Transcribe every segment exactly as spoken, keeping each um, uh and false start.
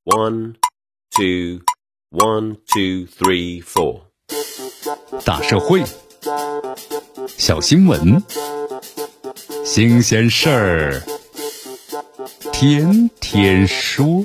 One, two, one, two, three, four。 大社会，小新闻，新鲜事儿，天天说。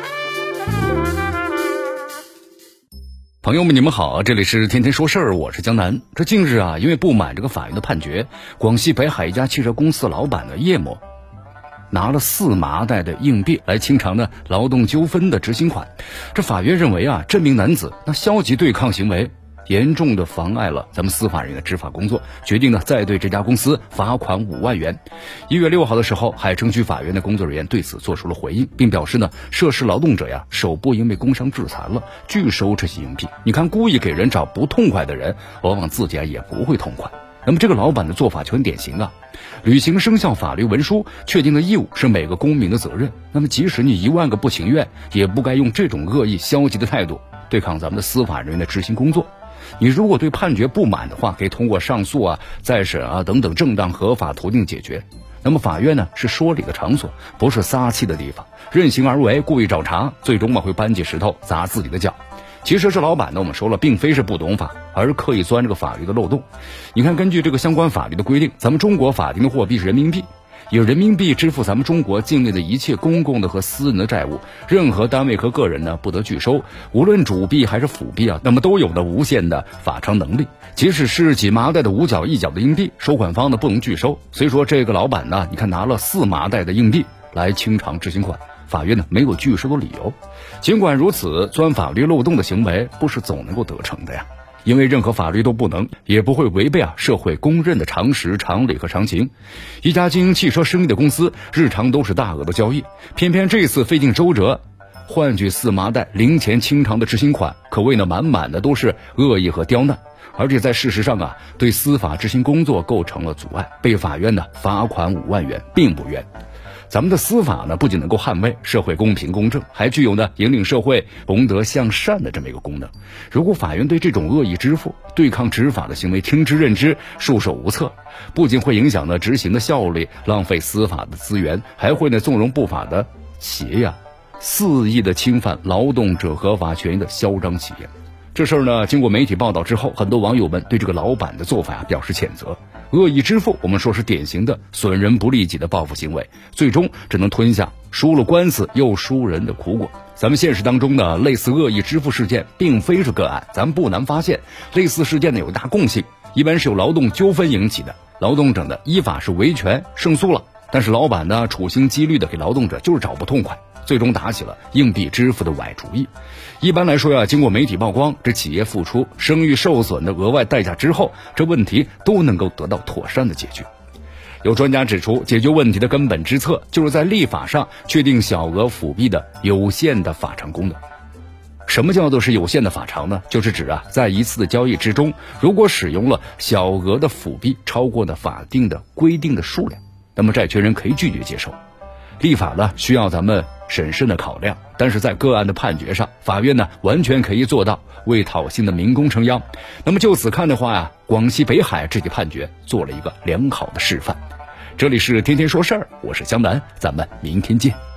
朋友们，你们好，这里是天天说事儿，我是江南。这近日啊，因为不满这个法院的判决，广西北海一家汽车公司老板的叶某拿了四麻袋的硬币来清偿呢劳动纠纷的执行款。这法院认为啊，这名男子那消极对抗行为严重的妨碍了咱们司法人员的执法工作，决定呢再对这家公司罚款五万元。一月六号的时候，海城区法院的工作人员对此做出了回应，并表示呢，涉事劳动者呀手部因为工伤致残了，拒收这些硬币。你看，故意给人找不痛快的人，往往自己啊也不会痛快。那么这个老板的做法就很典型啊，履行生效法律文书确定的义务是每个公民的责任。那么即使你一万个不情愿，也不该用这种恶意消极的态度对抗咱们的司法人员的执行工作。你如果对判决不满的话，可以通过上诉啊、再审啊等等正当合法途径解决。那么法院呢是说理的场所，不是撒气的地方。任性而为，故意找茬，最终嘛会搬起石头砸自己的脚。其实这老板呢，我们说了，并非是不懂法，而是刻意钻这个法律的漏洞。你看，根据这个相关法律的规定，咱们中国法定的货币是人民币，以人民币支付咱们中国境内的一切公共的和私人的债务，任何单位和个人呢不得拒收，无论主币还是辅币啊，那么都有的无限的法偿能力。即使是几麻袋的五角一角的硬币，收款方呢不能拒收。所以说这个老板呢，你看拿了四麻袋的硬币来清偿执行款，法院呢没有拒收的理由。尽管如此，钻法律漏洞的行为不是总能够得逞的呀。因为任何法律都不能也不会违背啊社会公认的常识、常理和常情。一家经营汽车生意的公司，日常都是大额的交易，偏偏这次费尽周折换取四麻袋零钱清偿的执行款，可谓呢满满的都是恶意和刁难，而且在事实上啊对司法执行工作构成了阻碍，被法院呢罚款五万元，并不冤。咱们的司法呢，不仅能够捍卫社会公平公正，还具有呢引领社会弘德向善的这么一个功能。如果法院对这种恶意支付、对抗执法的行为听之任之、束手无策，不仅会影响呢执行的效率，浪费司法的资源，还会呢纵容不法的企业呀肆意的侵犯劳动者合法权益的嚣张企业。这事儿呢，经过媒体报道之后，很多网友们对这个老板的做法呀表示谴责。恶意支付，我们说是典型的损人不利己的报复行为，最终只能吞下输了官司又输人的苦果。咱们现实当中呢，类似恶意支付事件并非是个案，咱们不难发现，类似事件呢有大共性，一般是由劳动纠纷引起的，劳动者呢依法是维权胜诉了，但是老板呢处心积虑的给劳动者就是找不痛快，最终打起了硬币支付的歪主意。一般来说呀，经过媒体曝光，这企业付出声誉受损的额外代价之后，这问题都能够得到妥善的解决。有专家指出，解决问题的根本之策就是在立法上确定小额辅币的有限的法偿功能。什么叫做是有限的法偿呢？就是指啊，在一次的交易之中，如果使用了小额的辅币超过了法定的规定的数量，那么债权人可以拒绝接受。立法呢需要咱们审慎的考量，但是在个案的判决上，法院呢完全可以做到为讨薪的民工撑腰。那么就此看的话呀，广西北海这起判决做了一个良好的示范。这里是天天说事儿，我是江南，咱们明天见。